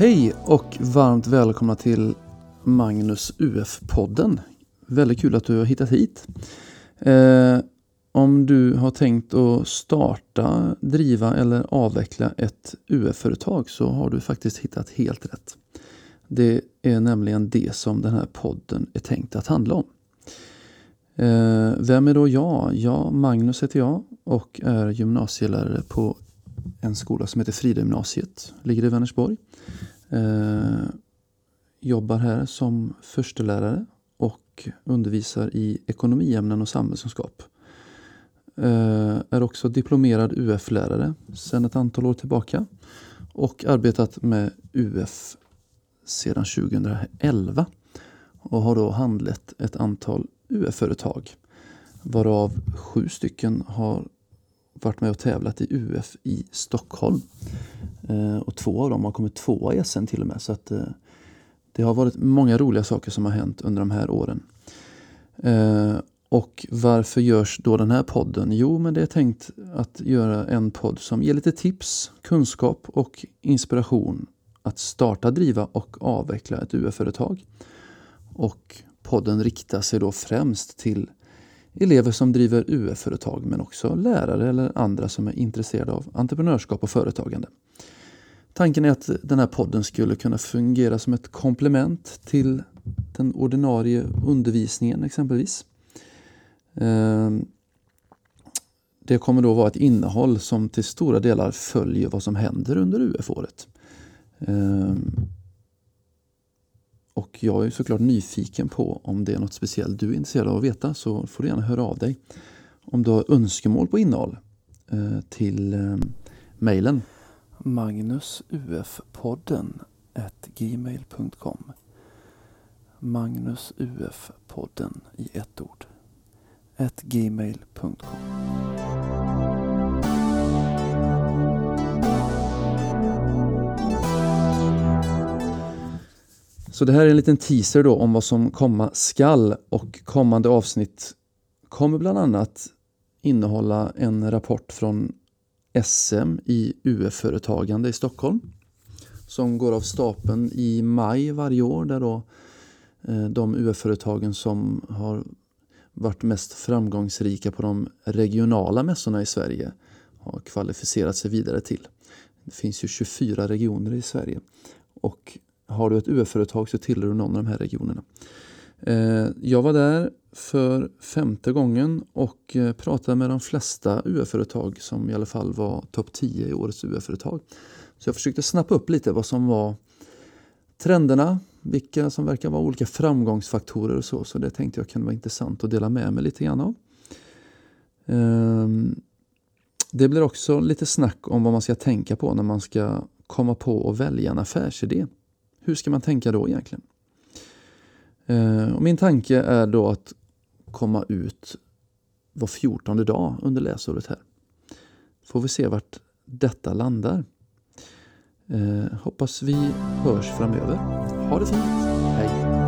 Hej och varmt välkomna till Magnus UF-podden. Väldigt kul att du har hittat hit. Om du har tänkt att starta, driva eller avveckla ett UF-företag så har du faktiskt hittat helt rätt. Det är nämligen det som den här podden är tänkt att handla om. Vem är då jag? Ja, Magnus heter jag och är gymnasielärare på en skola som heter Fridagymnasiet. Ligger i Vänersborg. Jobbar här som förstelärare och undervisar i ekonomiämnen och samhällskunskap. Är också diplomerad UF-lärare sedan ett antal år tillbaka och arbetat med UF sedan 2011 och har då handlett ett antal UF-företag, varav 7 stycken har varit med och tävlat i UF i Stockholm. Och 2 av dem har kommit 2 i SM till och med. Så att det har varit många roliga saker som har hänt under de här åren. Och varför görs då den här podden? Jo, men det är tänkt att göra en podd som ger lite tips, kunskap och inspiration att starta, driva och avveckla ett UF-företag. Och podden riktar sig då främst till elever som driver UF-företag men också lärare eller andra som är intresserade av entreprenörskap och företagande. Tanken är att den här podden skulle kunna fungera som ett komplement till den ordinarie undervisningen exempelvis. Det kommer då vara ett innehåll som till stora delar följer vad som händer under UF-året. Och jag är såklart nyfiken på om det är något speciellt du är intresserad av att veta, så får du gärna höra av dig. Om du har önskemål på innehåll till mejlen magnusufpodden@gmail.com. Magnusufpodden i ett ord @gmail.com. Så det här är en liten teaser då om vad som komma skall, och kommande avsnitt kommer bland annat innehålla en rapport från SM i UF-företagande i Stockholm som går av stapeln i maj varje år, där då de UF-företagen som har varit mest framgångsrika på de regionala mässorna i Sverige har kvalificerat sig vidare till. Det finns ju 24 regioner i Sverige, och har du ett UF-företag så tillhör du någon av de här regionerna. Jag var där för 5:e gången och pratade med de flesta UF-företag som i alla fall var topp 10 i årets UF-företag. Så jag försökte snappa upp lite vad som var trenderna, vilka som verkar vara olika framgångsfaktorer och så. Så det tänkte jag kan vara intressant att dela med mig lite grann av. Det blir också lite snack om vad man ska tänka på när man ska komma på och välja en affärsidé. Hur ska man tänka då egentligen? Och min tanke är då att komma ut var 14:e dag under läsåret här. Får vi se vart detta landar. Hoppas vi hörs framöver. Ha det fint. Hej!